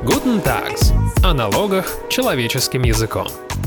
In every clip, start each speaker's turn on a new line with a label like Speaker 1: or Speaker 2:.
Speaker 1: Guten Tags. О налогах человеческим языком.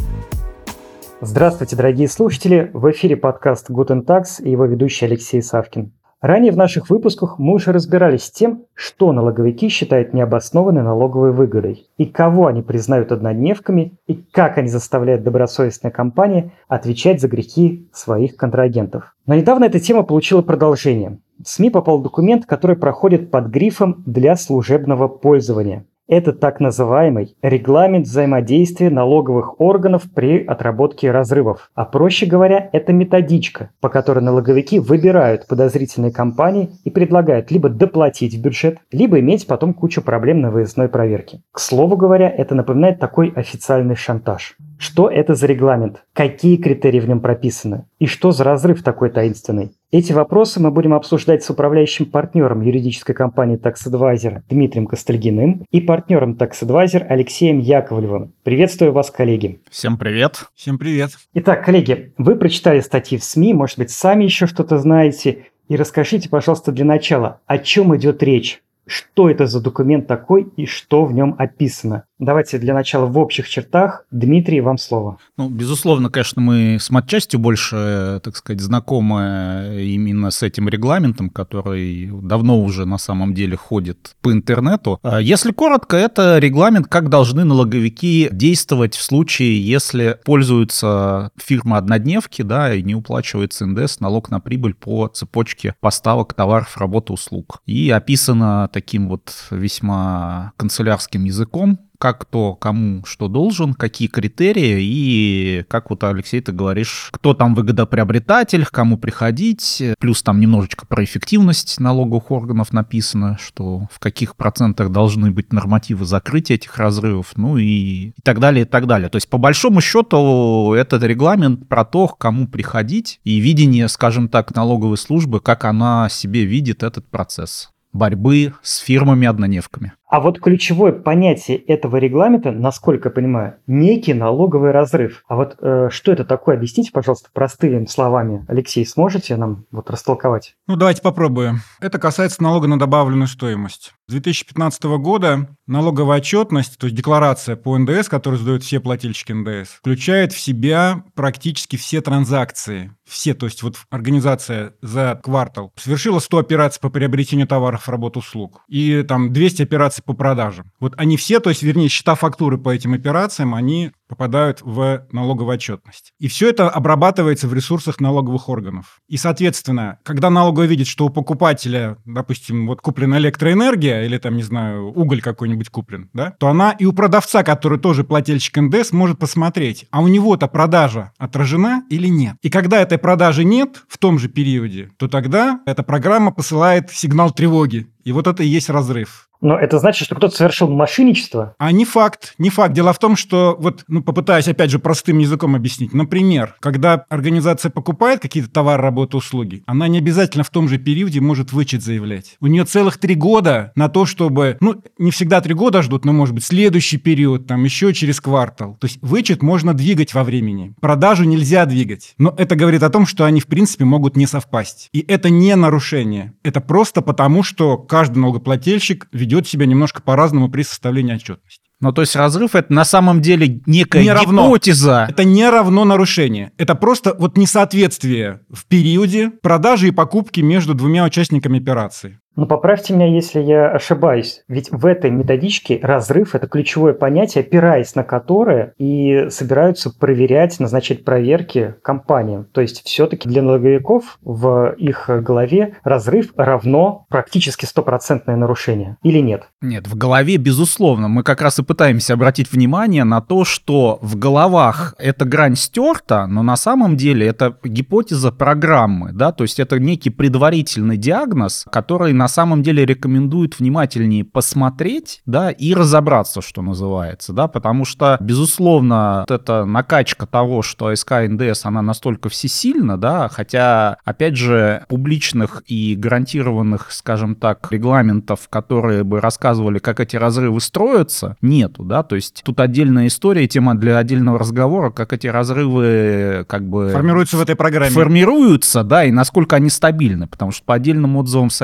Speaker 2: Здравствуйте, дорогие слушатели! В эфире подкаст Guten Tags и его ведущий Алексей Савкин. Ранее в наших выпусках мы уже разбирались с тем, что налоговики считают необоснованной налоговой выгодой, и кого они признают однодневками, и как они заставляют добросовестные компании отвечать за грехи своих контрагентов. Но недавно эта тема получила продолжение. В СМИ попал документ, который проходит под грифом «для служебного пользования». Это так называемый регламент взаимодействия налоговых органов при отработке разрывов. А проще говоря, это методичка, по которой налоговики выбирают подозрительные компании и предлагают либо доплатить в бюджет, либо иметь потом кучу проблем на выездной проверке. К слову говоря, это напоминает такой официальный шантаж. Что это за регламент? Какие критерии в нем прописаны? И что за разрыв такой таинственный? Эти вопросы мы будем обсуждать с управляющим партнером юридической компании Tax Advisor Дмитрием Костыльгиным и партнером Tax Advisor Алексеем Яковлевым. Приветствую вас, коллеги.
Speaker 3: Всем привет.
Speaker 4: Всем привет.
Speaker 2: Итак, коллеги, вы прочитали статьи в СМИ, может быть, сами еще что-то знаете. И расскажите, пожалуйста, для начала, о чем идет речь? Что это за документ такой и что в нем описано? Давайте для начала в общих чертах. Дмитрий, вам слово.
Speaker 3: Безусловно, конечно, мы с матчастью больше, так сказать, знакомы именно с этим регламентом, который давно уже на самом деле ходит по интернету. Если коротко, это регламент, как должны налоговики действовать в случае, если пользуются фирма-однодневки, да, и не уплачивается НДС, налог на прибыль по цепочке поставок товаров, работ, услуг. И описано таким вот весьма канцелярским языком, как кто кому что должен, какие критерии и, как вот, Алексей, ты говоришь, кто там выгодоприобретатель, к кому приходить, плюс там немножечко про эффективность налоговых органов написано, что в каких процентах должны быть нормативы закрытия этих разрывов, ну и так далее, и так далее. То есть, по большому счету, этот регламент про то, к кому приходить и видение, скажем так, налоговой службы, как она себе видит этот процесс борьбы с фирмами-однодневками.
Speaker 2: А вот ключевое понятие этого регламента, насколько я понимаю, некий налоговый разрыв. А вот что это такое? Объясните, пожалуйста, простыми словами. Алексей, сможете нам растолковать?
Speaker 4: Давайте попробуем. Это касается налога на добавленную стоимость. С 2015 года налоговая отчетность, то есть декларация по НДС, которую сдают все плательщики НДС, включает в себя практически все транзакции. Все, то есть вот организация за квартал совершила 100 операций по приобретению товаров, работ, услуг и там 200 операций по продажам. Вот они все, то есть, вернее, счета фактуры по этим операциям, они попадают в налоговую отчетность. И все это обрабатывается в ресурсах налоговых органов. И, соответственно, когда налоговая видит, что у покупателя, допустим, вот куплена электроэнергия или там, не знаю, уголь какой-нибудь куплен, да, то она и у продавца, который тоже плательщик НДС, может посмотреть, а у него-то продажа отражена или нет. И когда этой продажи нет в том же периоде, то тогда эта программа посылает сигнал тревоги. И вот это и есть разрыв.
Speaker 2: Но это значит, что кто-то совершил мошенничество?
Speaker 4: А не факт, не факт. Дело в том, что, попытаюсь опять же простым языком объяснить. Например, когда организация покупает какие-то товары, работы, услуги, она не обязательно в том же периоде может вычет заявлять. У нее целых 3 года на то, чтобы, не всегда 3 года ждут, но, может быть, следующий период, там, еще через квартал. То есть вычет можно двигать во времени. Продажу нельзя двигать. Но это говорит о том, что они, в принципе, могут не совпасть. И это не нарушение. Это просто потому, что каждый налогоплательщик ведет себя немножко по-разному при составлении отчетности.
Speaker 3: То есть разрыв — это на самом деле некая гипотеза.
Speaker 4: Это не равно нарушение. Это просто несоответствие в периоде продажи и покупки между двумя участниками операции.
Speaker 2: Поправьте меня, если я ошибаюсь. Ведь в этой методичке разрыв – это ключевое понятие, опираясь на которое и собираются проверять, назначать проверки компаниям. То есть все-таки для налоговиков в их голове разрыв равно практически 100% нарушение. Или нет?
Speaker 3: Нет, в голове, безусловно. Мы как раз и пытаемся обратить внимание на то, что в головах эта грань стерта, но на самом деле это гипотеза программы, да, то есть это некий предварительный диагноз, который на самом деле рекомендует внимательнее посмотреть, да, и разобраться, что называется, да, потому что, безусловно, вот эта накачка того, что АСК НДС, она настолько всесильна, да, хотя, опять же, публичных и гарантированных, скажем так, регламентов, которые бы рассказывали, как эти разрывы строятся, нету, да, то есть тут отдельная история, тема для отдельного разговора, как эти разрывы как бы
Speaker 4: формируются в этой программе.
Speaker 3: Формируются, да, и насколько они стабильны, потому что по отдельным отзывам самих налоговиков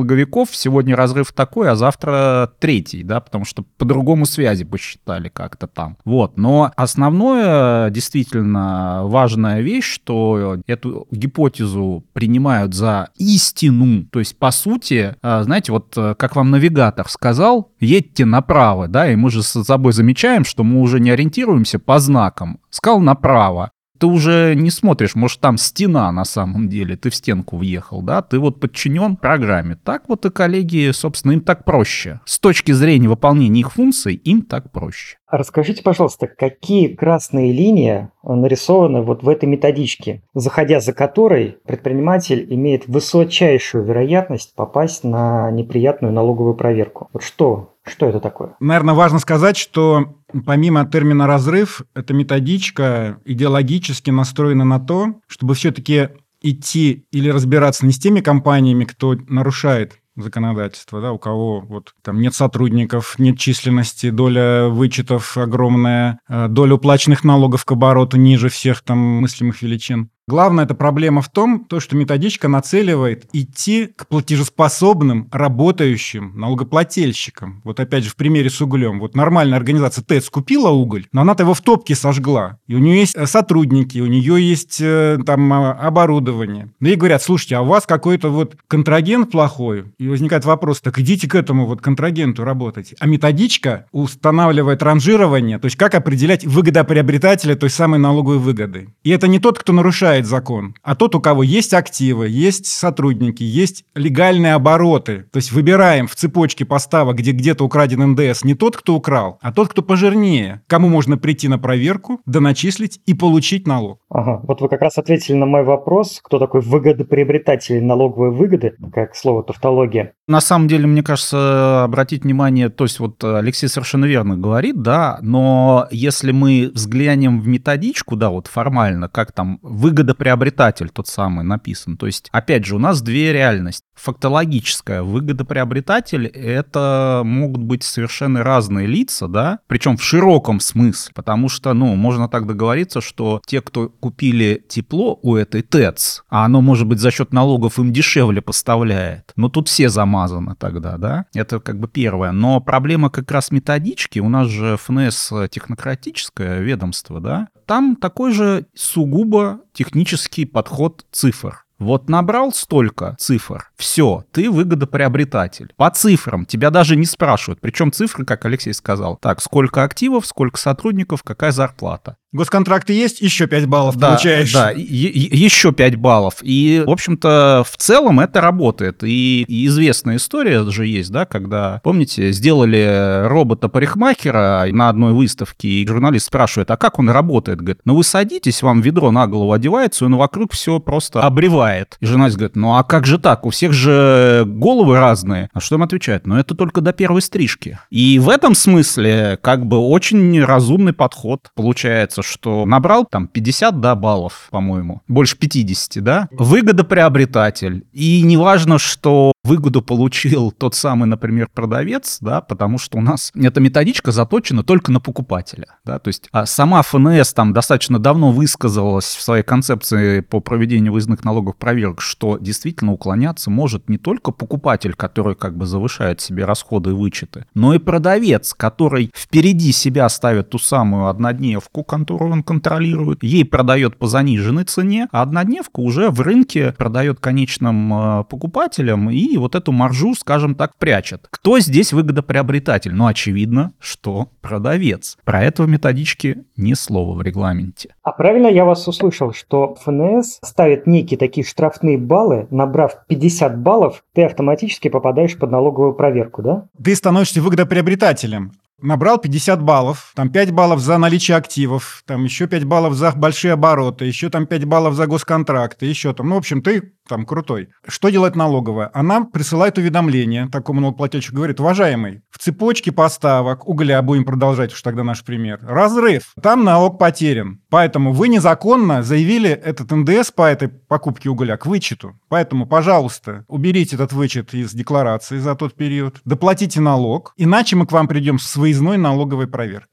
Speaker 3: налоговиков сегодня разрыв такой, а завтра третий, да, потому что по-другому связи посчитали как-то там. Вот. Но основное, действительно важная вещь, что эту гипотезу принимают за истину. То есть, по сути, знаете, вот как вам навигатор сказал, едьте направо, да, и мы же с собой замечаем, что мы уже не ориентируемся по знакам. Сказал направо. Ты уже не смотришь, может, там стена на самом деле, ты в стенку въехал, да, ты вот подчинен программе. Так вот и коллеги, собственно, им так проще. С точки зрения выполнения их функций, им так проще.
Speaker 2: Расскажите, пожалуйста, какие красные линии нарисованы вот в этой методичке, заходя за которой предприниматель имеет высочайшую вероятность попасть на неприятную налоговую проверку? Вот что это такое?
Speaker 4: Наверное, важно сказать, что помимо термина «разрыв», эта методичка идеологически настроена на то, чтобы все-таки идти или разбираться не с теми компаниями, кто нарушает законодательство, да, у кого вот там нет сотрудников, нет численности, доля вычетов огромная, доля уплаченных налогов к обороту ниже всех там мыслимых величин. Главная эта проблема в том, что методичка нацеливает идти к платежеспособным, работающим налогоплательщикам. Вот опять же в примере с углем. Вот нормальная организация ТЭЦ купила уголь, но она-то его в топке сожгла. И у нее есть сотрудники, у нее есть там оборудование. Но ей говорят, слушайте, а у вас какой-то вот контрагент плохой. И возникает вопрос, так идите к этому вот контрагенту работать. А методичка устанавливает ранжирование, то есть как определять выгодоприобретателя той самой налоговой выгоды. И это не тот, кто нарушает закон, а тот, у кого есть активы, есть сотрудники, есть легальные обороты. То есть выбираем в цепочке поставок, где где-то украден НДС, не тот, кто украл, а тот, кто пожирнее, кому можно прийти на проверку, доначислить и получить налог.
Speaker 2: Ага, вот вы как раз ответили на мой вопрос, кто такой выгодоприобретатель налоговой выгоды, как слово тавтология.
Speaker 3: На самом деле, мне кажется, обратить внимание, то есть вот Алексей совершенно верно говорит, да, но если мы взглянем в методичку, да, вот формально, как там выгодоприобретатель тот самый написан, то есть, опять же, у нас две реальности. Фактологическая выгодоприобретатель — это могут быть совершенно разные лица, да, причем в широком смысле, потому что, можно так договориться, что те, кто купили тепло у этой ТЭЦ, а оно, может быть, за счет налогов им дешевле поставляет, но тут все замазаны тогда, да, это как бы первое. Но проблема как раз методички, у нас же ФНС технократическое ведомство, да, там такой же сугубо технический подход цифр. Вот набрал столько цифр, все, ты выгодоприобретатель. По цифрам тебя даже не спрашивают. Причем цифры, как Алексей сказал, так, сколько активов, сколько сотрудников, какая зарплата.
Speaker 4: Госконтракты есть, еще 5 баллов получаешь.
Speaker 3: Да, еще 5 баллов. И, в общем-то, в целом это работает. И известная история же есть, да, когда, помните, сделали робота-парикмахера на одной выставке, и журналист спрашивает, а как он работает? Говорит, вы садитесь, вам ведро на голову одевается, и он вокруг все просто обревает. И журналист говорит, а как же так? У всех же головы разные. А что им отвечают? Это только до первой стрижки. И в этом смысле как бы очень разумный подход получается, что набрал там 50, баллов, по-моему, больше 50, да, выгодоприобретатель. И не важно, что выгоду получил тот самый, например, продавец, да, потому что у нас эта методичка заточена только на покупателя, да, то есть сама ФНС там достаточно давно высказалась в своей концепции по проведению выездных налоговых проверок, что действительно уклоняться может не только покупатель, который как бы завышает себе расходы и вычеты, но и продавец, который впереди себя ставит ту самую однодневку, которую он контролирует, ей продает по заниженной цене, а однодневку уже в рынке продает конечным покупателям и вот эту маржу, скажем так, прячет. Кто здесь выгодоприобретатель? Очевидно, что продавец. Про это в методичке ни слова в регламенте.
Speaker 2: А правильно я вас услышал, что ФНС ставит некие такие штрафные баллы, набрав 50 баллов, ты автоматически попадаешь под налоговую проверку, да?
Speaker 4: Ты становишься выгодоприобретателем. Набрал 50 баллов, там 5 баллов за наличие активов, там еще 5 баллов за большие обороты, еще там 5 баллов за госконтракты, еще там, в общем, ты там крутой. Что делает налоговая? Она присылает уведомление такому налогоплательщику, говорит, уважаемый, в цепочке поставок угля, будем продолжать уж тогда наш пример, разрыв, там налог потерян, поэтому вы незаконно заявили этот НДС по этой покупке угля к вычету, поэтому, пожалуйста, уберите этот вычет из декларации за тот период, доплатите налог, иначе мы к вам придем с выездной налоговой проверкой.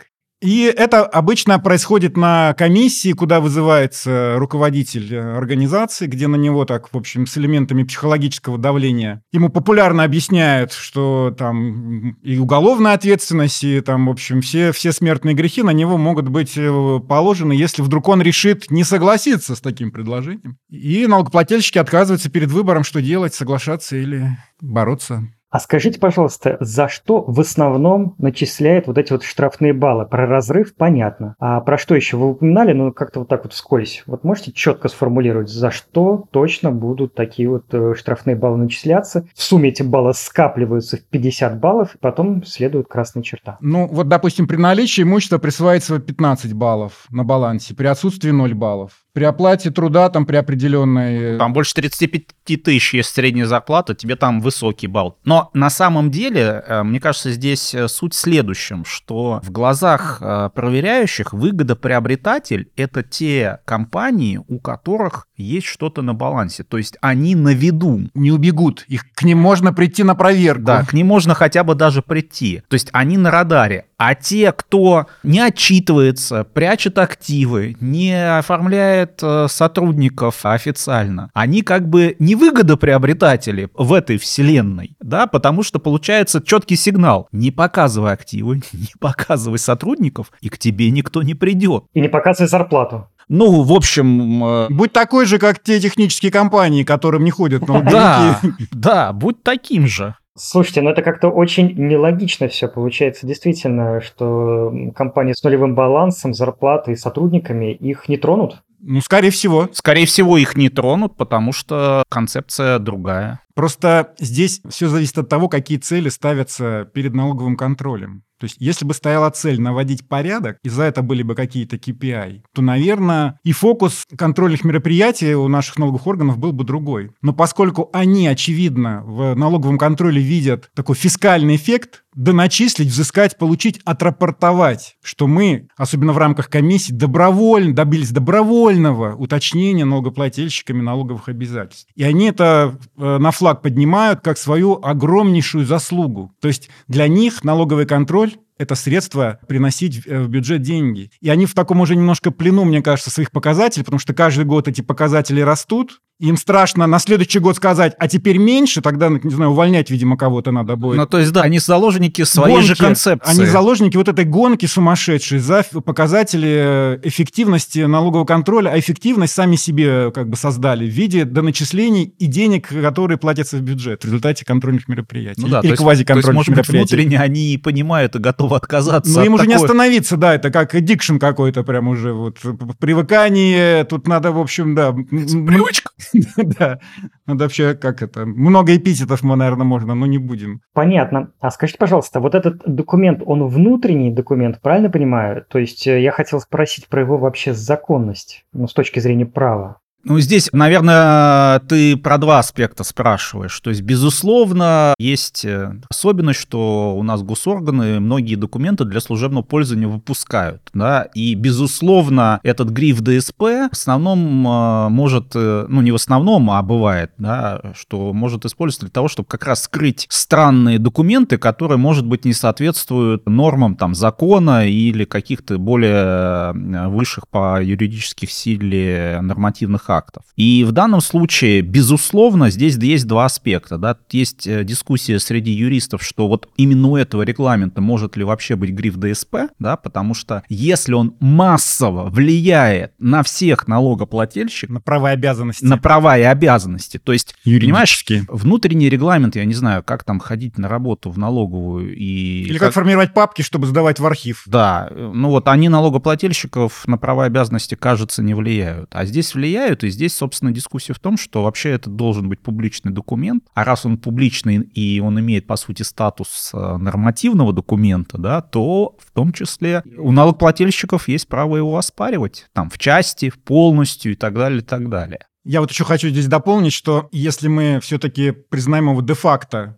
Speaker 4: И это обычно происходит на комиссии, куда вызывается руководитель организации, где на него так, в общем, с элементами психологического давления. Ему популярно объясняют, что там и уголовная ответственность, и там, в общем, все смертные грехи на него могут быть положены, если вдруг он решит не согласиться с таким предложением. И налогоплательщики отказываются перед выбором, что делать, соглашаться или бороться.
Speaker 2: А скажите, пожалуйста, за что в основном начисляют вот эти вот штрафные баллы? Про разрыв понятно. А про что еще вы упоминали, ну как-то вот так вот вскользь? Вот можете четко сформулировать, за что точно будут такие вот штрафные баллы начисляться? В сумме эти баллы скапливаются в 50 баллов, и потом следует красная черта.
Speaker 4: Ну, вот, допустим, при наличии имущества присваивается 15 баллов на балансе, при отсутствии 0 баллов. При оплате труда, там, при определенной...
Speaker 3: Там больше 35 тысяч есть средняя зарплата, тебе там высокий балл. Но на самом деле, мне кажется, здесь суть в следующем, что в глазах проверяющих выгодоприобретатель — это те компании, у которых есть что-то на балансе. То есть они на виду.
Speaker 4: Не убегут, к ним можно прийти на проверку.
Speaker 3: Да, к ним можно хотя бы даже прийти. То есть они на радаре. А те, кто не отчитывается, прячет активы, не оформляет сотрудников официально, они как бы не выгодоприобретатели в этой вселенной, да, потому что получается четкий сигнал: не показывай активы, не показывай сотрудников, и к тебе никто не придет.
Speaker 2: И не показывай зарплату.
Speaker 3: Ну, в общем...
Speaker 4: Будь такой же, как те технические компании, которым не ходят налоговики.
Speaker 3: Да, будь таким же.
Speaker 2: Слушайте, ну это как-то очень нелогично все получается. Действительно, что компании с нулевым балансом, зарплатой и сотрудниками, их не тронут?
Speaker 4: Ну, скорее всего.
Speaker 3: Скорее всего, их не тронут, потому что концепция другая.
Speaker 4: Просто здесь все зависит от того, какие цели ставятся перед налоговым контролем. То есть, если бы стояла цель наводить порядок, и за это были бы какие-то KPI, то, наверное, и фокус контрольных мероприятий у наших налоговых органов был бы другой. Но поскольку они, очевидно, в налоговом контроле видят такой фискальный эффект, доначислить, взыскать, получить, отрапортовать, что мы, особенно в рамках комиссии, добились добровольного уточнения налогоплательщиками налоговых обязательств. И они это на флаг поднимают как свою огромнейшую заслугу. То есть для них налоговый контроль — это средство приносить в бюджет деньги. И они в таком уже немножко плену, мне кажется, своих показателей, потому что каждый год эти показатели растут. Им страшно на следующий год сказать, а теперь меньше, тогда, не знаю, увольнять, видимо, кого-то надо будет.
Speaker 3: Ну, то есть, да, они заложники своей же концепции.
Speaker 4: Они заложники вот этой гонки сумасшедшей за показатели эффективности налогового контроля, а эффективность сами себе как бы создали в виде доначислений и денег, которые платятся в бюджет в результате контрольных мероприятий.
Speaker 3: Ну, да,
Speaker 4: или квазиконтрольных мероприятий.
Speaker 3: Может быть, внутренне они понимают и готовы отказаться.
Speaker 4: Но им уже не остановиться, да, это как addiction какой-то прям уже, вот, привыкание, тут надо, в общем, да.
Speaker 3: Привычка.
Speaker 4: Да, надо вообще, как это, много эпитетов мы, наверное, можно, но не будем.
Speaker 2: Понятно. А скажите, пожалуйста, вот этот документ, он внутренний документ, правильно понимаю? То есть я хотел спросить про его вообще законность, ну, с точки зрения права.
Speaker 3: Ну, здесь, наверное, ты про два аспекта спрашиваешь. То есть, безусловно, есть особенность, что у нас госорганы многие документы для служебного пользования выпускают, да, и, безусловно, этот гриф ДСП в основном может, ну, не в основном, а бывает, да, что может использоваться для того, чтобы как раз скрыть странные документы, которые, может быть, не соответствуют нормам там закона или каких-то более высших по юридических силе нормативных актов. И в данном случае, безусловно, здесь есть два аспекта. Да? Есть дискуссия среди юристов, что вот именно у этого регламента может ли вообще быть гриф ДСП, да? Потому что если он массово влияет на всех налогоплательщиков...
Speaker 4: На права и обязанности.
Speaker 3: На права и обязанности. То есть, понимаешь, внутренний регламент, я не знаю, как там ходить на работу в налоговую и...
Speaker 4: Или как формировать папки, чтобы сдавать в архив.
Speaker 3: Да, ну вот они налогоплательщиков на права и обязанности, кажется, не влияют. А здесь влияют. И здесь, собственно, дискуссия в том, что вообще это должен быть публичный документ, а раз он публичный и он имеет, по сути, статус нормативного документа, да, то в том числе у налогоплательщиков есть право его оспаривать, там, в части, полностью и так далее, и так далее.
Speaker 4: Я вот еще хочу здесь дополнить, что если мы все-таки признаем его де-факто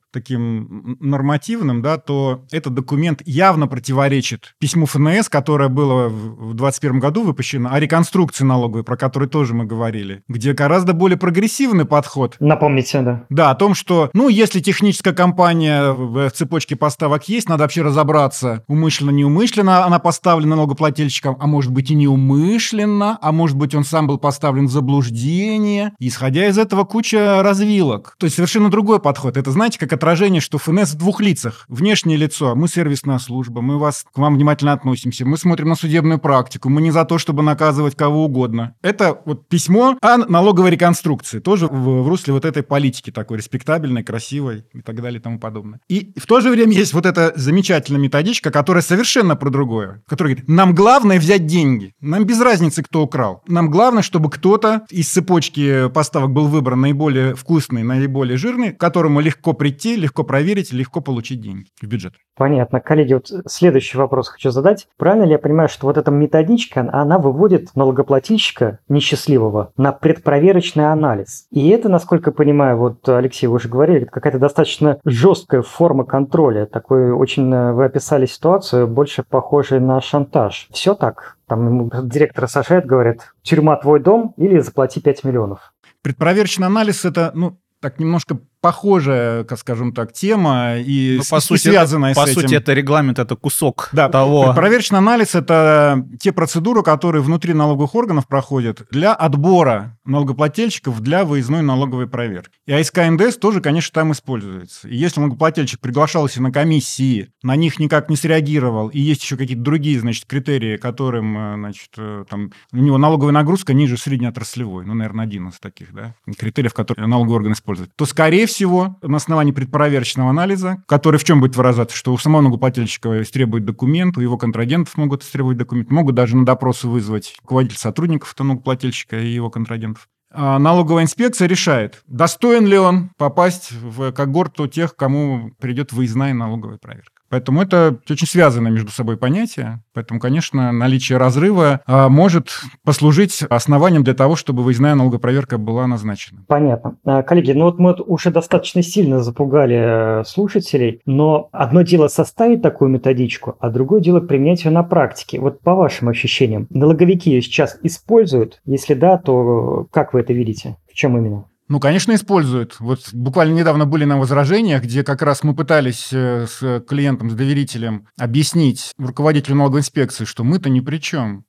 Speaker 4: таким нормативным, да, то этот документ явно противоречит письму ФНС, которое было в 2021 году выпущено, о реконструкции налоговой, про которую тоже мы говорили, где гораздо более прогрессивный подход.
Speaker 2: Напомните, да.
Speaker 4: Да, о том, что, если техническая компания в цепочке поставок есть, надо вообще разобраться, умышленно, неумышленно она поставлена налогоплательщиком, а может быть и неумышленно, а может быть он сам был поставлен в заблуждение. И, исходя из этого, куча развилок. То есть совершенно другой подход. Это, знаете, как отражение, что ФНС в двух лицах. Внешнее лицо, мы сервисная служба, мы к вам внимательно относимся, мы смотрим на судебную практику, мы не за то, чтобы наказывать кого угодно. Это вот письмо о налоговой реконструкции, тоже в русле вот этой политики такой респектабельной, красивой и так далее и тому подобное. И в то же время есть вот эта замечательная методичка, которая совершенно про другое, которая говорит, нам главное взять деньги, нам без разницы, кто украл. Нам главное, чтобы кто-то из цепочки поставок был выбран наиболее вкусный, наиболее жирный, к которому легко прийти, легко проверить, легко получить деньги в бюджет.
Speaker 2: Понятно. Коллеги, вот следующий вопрос хочу задать. Правильно ли я понимаю, что вот эта методичка, она выводит налогоплательщика несчастливого на предпроверочный анализ? И это, насколько я понимаю, вот, Алексей, вы уже говорили, это какая-то достаточно жесткая форма контроля. Такой очень, вы описали ситуацию, больше похожей на шантаж. Все так? Там ему директор сажает, говорит, тюрьма твой дом или заплати 5 миллионов.
Speaker 4: Предпроверочный анализ – это, так немножко похожая, скажем так, тема и связанная с этим.
Speaker 3: По сути, это регламент, это кусок
Speaker 4: того.
Speaker 3: того.
Speaker 4: Проверочный анализ – это те процедуры, которые внутри налоговых органов проходят для отбора налогоплательщиков для выездной налоговой проверки. И АСК НДС тоже, конечно, там используется. И если налогоплательщик приглашался на комиссии, на них никак не среагировал, и есть еще какие-то другие, критерии, которым, там, у него налоговая нагрузка ниже среднеотраслевой, наверное, один из таких, критериев, которые налоговый орган использует, то, скорее всего, на основании предпроверочного анализа, который в чем будет выражаться, что у самого налогоплательщика истребует документ, у его контрагентов могут истребовать документ, могут даже на допросы вызвать руководитель сотрудников налогоплательщика и его контрагентов. А налоговая инспекция решает, достоин ли он попасть в когорту тех, кому придет выездная налоговая проверка. Поэтому это очень связанные между собой понятия. Поэтому, конечно, наличие разрыва может послужить основанием для того, чтобы выездная налоговая проверка была назначена.
Speaker 2: Понятно. Коллеги, мы уже достаточно сильно запугали слушателей, но одно дело составить такую методичку, а другое дело применять ее на практике. Вот по вашим ощущениям, налоговики ее сейчас используют? Если да, то как вы это видите? В чем именно?
Speaker 4: Конечно, используют. Вот буквально недавно были на возражениях, где как раз мы пытались с клиентом, с доверителем объяснить руководителю налоговой инспекции, что мы-то ни при чем.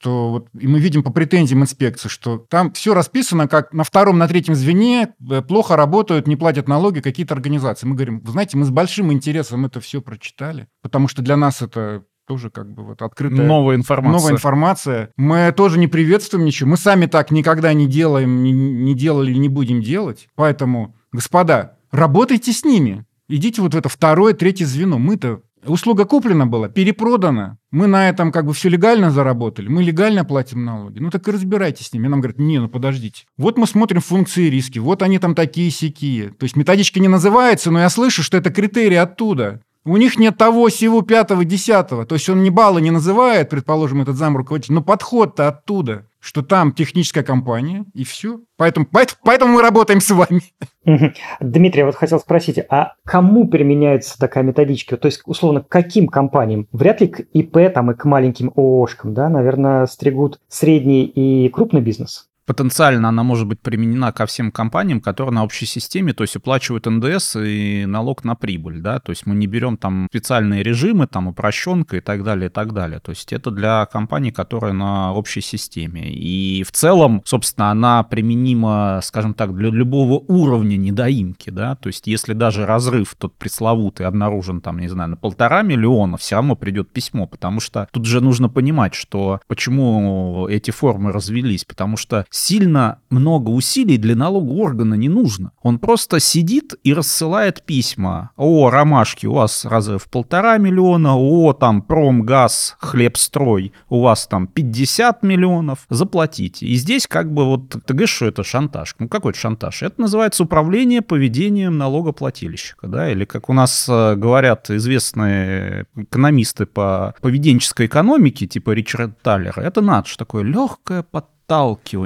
Speaker 4: И мы видим по претензиям инспекции, что там все расписано, как на втором, на третьем звене плохо работают, не платят налоги какие-то организации. Мы говорим, вы знаете, мы с большим интересом это все прочитали, потому что для нас это тоже открытая
Speaker 3: новая информация.
Speaker 4: Мы тоже не приветствуем ничего. Мы сами так никогда не делаем, не делали и не будем делать. Поэтому, господа, работайте с ними. Идите в это второе, третье звено. Мы-то услуга куплена была, перепродана. Мы на этом все легально заработали. Мы легально платим налоги. Так и разбирайтесь с ними. И нам говорят, подождите. Вот мы смотрим функции и риски. Вот они там такие-сякие. То есть методичка не называется, но я слышу, что это критерии оттуда. У них нет того, сего, 5-го, 10-го. То есть он баллы не называет, предположим, этот замруководитель, но подход-то оттуда, что там техническая компания, и все. Поэтому мы работаем с вами.
Speaker 2: Дмитрий, я хотел спросить, а кому применяется такая методичка? То есть, условно, к каким компаниям? Вряд ли к ИП и к маленьким ООшкам, наверное, стригут средний и крупный бизнес.
Speaker 3: Потенциально она может быть применена ко всем компаниям, которые на общей системе, то есть уплачивают НДС и налог на прибыль, то есть мы не берем там специальные режимы, там упрощенка и так далее, и так далее. То есть это для компаний, которые на общей системе. И в целом, собственно, она применима, скажем так, для любого уровня недоимки, то есть если даже разрыв тот пресловутый обнаружен там, не знаю, на 1,5 миллиона, все равно придет письмо, потому что тут же нужно понимать, что почему эти формы развелись, потому что сильно много усилий для налогового органа не нужно. Он просто сидит и рассылает письма. О, ромашки, у вас разрыв 1,5 миллиона, о, там, Промгаз, Хлебстрой, у вас там 50 миллионов, заплатите. И здесь ты говоришь, что это шантаж. Какой это шантаж? Это называется управление поведением налогоплательщика, или, как у нас говорят известные экономисты по поведенческой экономике, типа Ричарда Таллера, это надо, что такое легкое подталкивание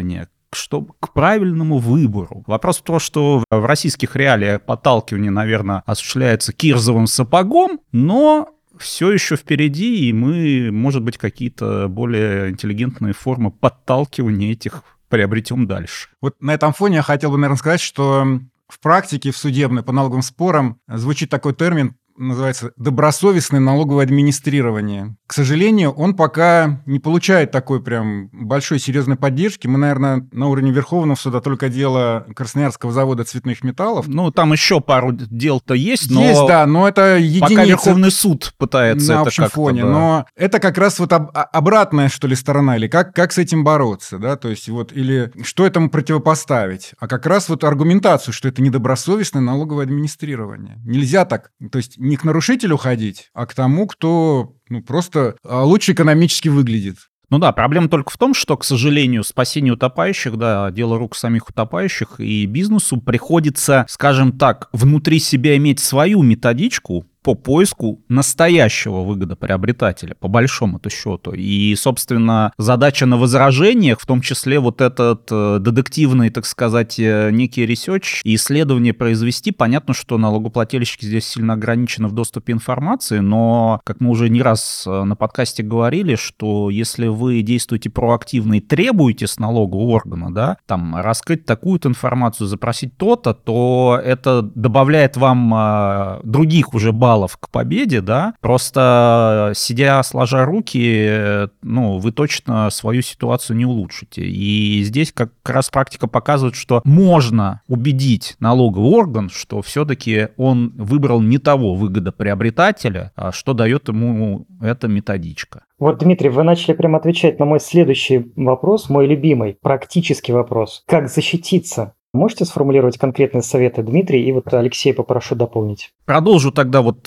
Speaker 3: к правильному выбору. Вопрос в том, что в российских реалиях подталкивание, наверное, осуществляется кирзовым сапогом, но все еще впереди, и мы, может быть, какие-то более интеллигентные формы подталкивания этих приобретем дальше.
Speaker 4: Вот на этом фоне я хотел бы, наверное, сказать, что в практике, в судебной, по налоговым спорам звучит такой термин, называется добросовестное налоговое администрирование. К сожалению, он пока не получает такой прям большой серьезной поддержки. Мы, наверное, на уровне Верховного суда только дело Красноярского завода цветных металлов.
Speaker 3: Ну, там еще пару дел-то есть, но...
Speaker 4: Есть, да, но это единица.
Speaker 3: Пока Верховный суд пытается
Speaker 4: на
Speaker 3: это
Speaker 4: общем
Speaker 3: как-то...
Speaker 4: фоне,
Speaker 3: Да.
Speaker 4: но это как раз вот обратная, что ли, сторона, или как с этим бороться, да, то есть вот, или что этому противопоставить, а как раз вот аргументацию, что это недобросовестное налоговое администрирование. Нельзя так, то есть не к нарушителю ходить, а к тому, кто просто лучше экономически выглядит.
Speaker 3: Ну да, проблема только в том, что, к сожалению, спасение утопающих, да, дело рук самих утопающих, и бизнесу приходится, скажем так, внутри себя иметь свою методичку по поиску настоящего выгодоприобретателя, по большому-то счету. И, собственно, задача на возражениях, в том числе вот этот детективный, так сказать, некий ресерч и исследование произвести. Понятно, что налогоплательщики здесь сильно ограничены в доступе информации, но, как мы уже не раз на подкасте говорили, что если вы действуете проактивно и требуете с налогового органа, да, там, раскрыть такую-то информацию, запросить то-то, то это добавляет вам других уже баллов к победе, да, просто сидя сложа руки, вы точно свою ситуацию не улучшите. И здесь как раз практика показывает, что можно убедить налоговый орган, что все-таки он выбрал не того выгодоприобретателя, что дает ему эта методичка.
Speaker 2: Вот, Дмитрий, вы начали прямо отвечать на мой следующий вопрос, мой любимый, практический вопрос. Как защититься? Можете сформулировать конкретные советы, Дмитрий, и вот Алексей попрошу дополнить.
Speaker 3: Продолжу тогда вот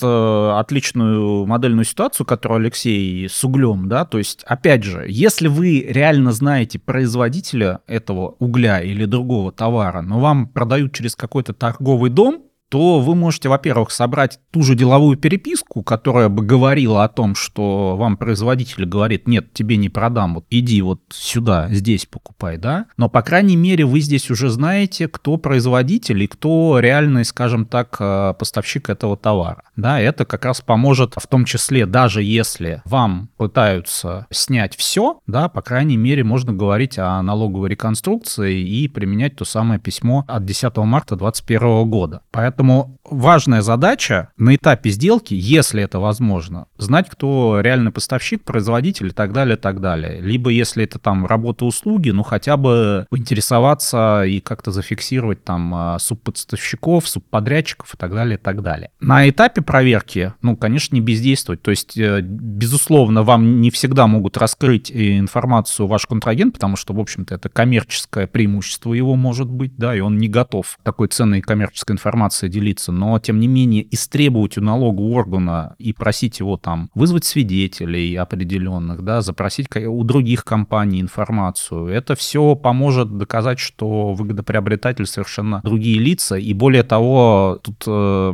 Speaker 3: отличную модельную ситуацию, которую Алексей с углем, да, то есть, опять же, если вы реально знаете производителя этого угля или другого товара, но вам продают через какой-то торговый дом, то вы можете, во-первых, собрать ту же деловую переписку, которая бы говорила о том, что вам производитель говорит: нет, тебе не продам, вот иди вот сюда, здесь покупай, да? Но, по крайней мере, вы здесь уже знаете, кто производитель и кто реальный, скажем так, поставщик этого товара. Да, это как раз поможет, в том числе, даже если вам пытаются снять все, да, по крайней мере, можно говорить о налоговой реконструкции и применять то самое письмо от 10 марта 2021 года. Поэтому важная задача на этапе сделки, если это возможно, знать, кто реальный поставщик, производитель и так далее, и так далее. Либо, если это там работа-услуги, хотя бы поинтересоваться и как-то зафиксировать там субпоставщиков, субподрядчиков и так далее, и так далее. На этапе проверки, конечно, не бездействовать. То есть, безусловно, вам не всегда могут раскрыть информацию ваш контрагент, потому что, в общем-то, это коммерческое преимущество его может быть, да, и он не готов такой ценной коммерческой информацией делиться, но, тем не менее, истребовать у налогового органа и просить его там вызвать свидетелей определенных, да, запросить у других компаний информацию. Это все поможет доказать, что выгодоприобретатель совершенно другие лица. И более того, тут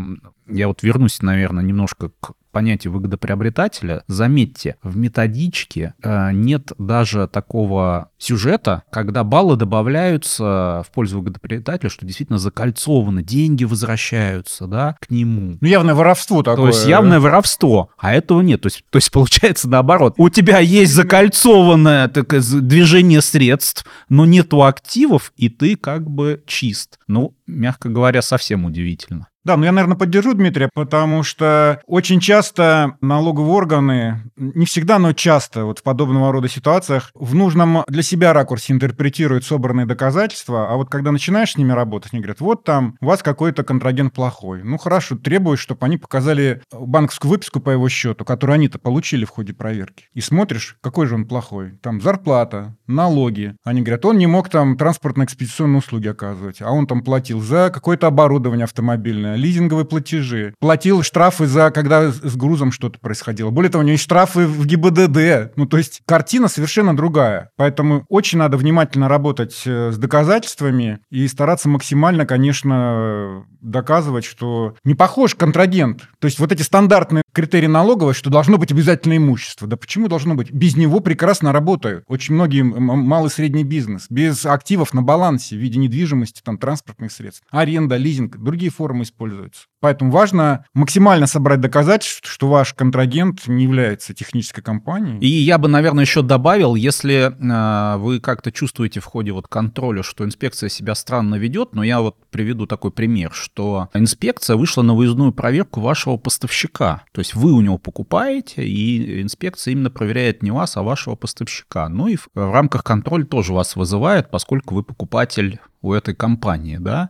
Speaker 3: я вот вернусь, наверное, немножко к понятию выгодоприобретателя. Заметьте, в методичке нет даже такого сюжета, когда баллы добавляются в пользу выгодоприобретателя, что действительно закольцованы, деньги возвращаются, да, к нему.
Speaker 4: Явное воровство такое.
Speaker 3: То есть явное воровство, а этого нет. То есть получается наоборот. У тебя есть закольцованное движение средств, но нету активов, и ты как бы чист. Мягко говоря, совсем удивительно.
Speaker 4: Да, я, наверное, поддержу Дмитрия, потому что очень часто налоговые органы, не всегда, но часто вот в подобного рода ситуациях в нужном для себя ракурсе интерпретируют собранные доказательства, а вот когда начинаешь с ними работать, они говорят: вот там у вас какой-то контрагент плохой. Хорошо, требуешь, чтобы они показали банковскую выписку по его счету, которую они-то получили в ходе проверки. И смотришь, какой же он плохой. Там зарплата, налоги. Они говорят: он не мог там транспортно-экспедиционные услуги оказывать, а он там платил за какое-то оборудование автомобильное, лизинговые платежи, платил штрафы за, когда с грузом что-то происходило. Более того, у него есть штрафы в ГИБДД. То есть картина совершенно другая. Поэтому очень надо внимательно работать с доказательствами и стараться максимально, конечно, доказывать, что не похож контрагент. То есть вот эти стандартные критерий налоговой, что должно быть обязательно имущество. Да почему должно быть? Без него прекрасно работают очень многие малый и средний бизнес. Без активов на балансе в виде недвижимости, там, транспортных средств, аренда, лизинг, другие формы используются. Поэтому важно максимально собрать доказательства, что ваш контрагент не является технической компанией.
Speaker 3: И я бы, наверное, еще добавил, если вы как-то чувствуете в ходе вот контроля, что инспекция себя странно ведет, но я вот приведу такой пример, что инспекция вышла на выездную проверку вашего поставщика. То есть вы у него покупаете, и инспекция именно проверяет не вас, а вашего поставщика. Ну и в рамках контроля тоже вас вызывает, поскольку вы покупатель у этой компании, да.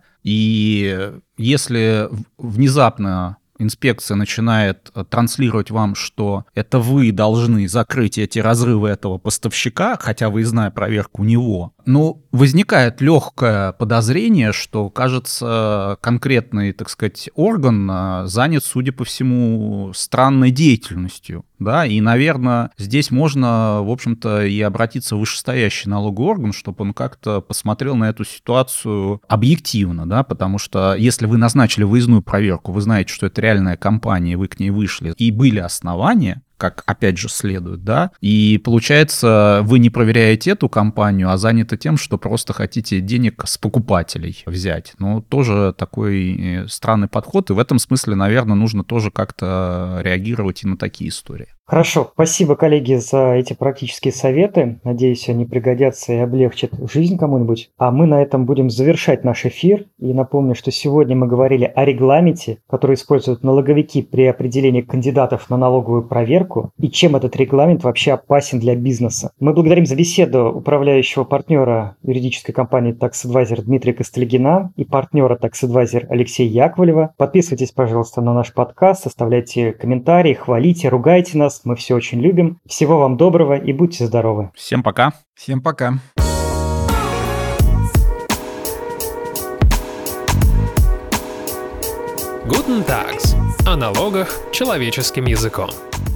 Speaker 3: И если внезапно инспекция начинает транслировать вам, что это вы должны закрыть эти разрывы этого поставщика, хотя выездная проверка у него, ну, возникает легкое подозрение, что, кажется, конкретный, так сказать, орган занят, судя по всему, странной деятельностью, да, и, наверное, здесь можно, в общем-то, и обратиться в вышестоящий налоговый орган, чтобы он как-то посмотрел на эту ситуацию объективно, да, потому что если вы назначили выездную проверку, вы знаете, что это реальная компания, вы к ней вышли, и были основания, как, опять же, следует, да, и получается, вы не проверяете эту компанию, а заняты тем, что просто хотите денег с покупателей взять. Ну, тоже такой странный подход, и в этом смысле, наверное, нужно тоже как-то реагировать и на такие истории.
Speaker 2: Хорошо, спасибо, коллеги, за эти практические советы. Надеюсь, они пригодятся и облегчат жизнь кому-нибудь. А мы на этом будем завершать наш эфир. И напомню, что сегодня мы говорили о регламенте, который используют налоговики при определении кандидатов на налоговую проверку, и чем этот регламент вообще опасен для бизнеса. Мы благодарим за беседу управляющего партнера юридической компании Tax Advisor Дмитрия Костылегина и партнера Tax Advisor Алексея Яковлева. Подписывайтесь, пожалуйста, на наш подкаст, оставляйте комментарии, хвалите, ругайте нас. Мы все очень любим. Всего вам доброго и будьте здоровы.
Speaker 3: Всем пока.
Speaker 4: Всем пока.
Speaker 1: Guten Tags. О налогах человеческим языком.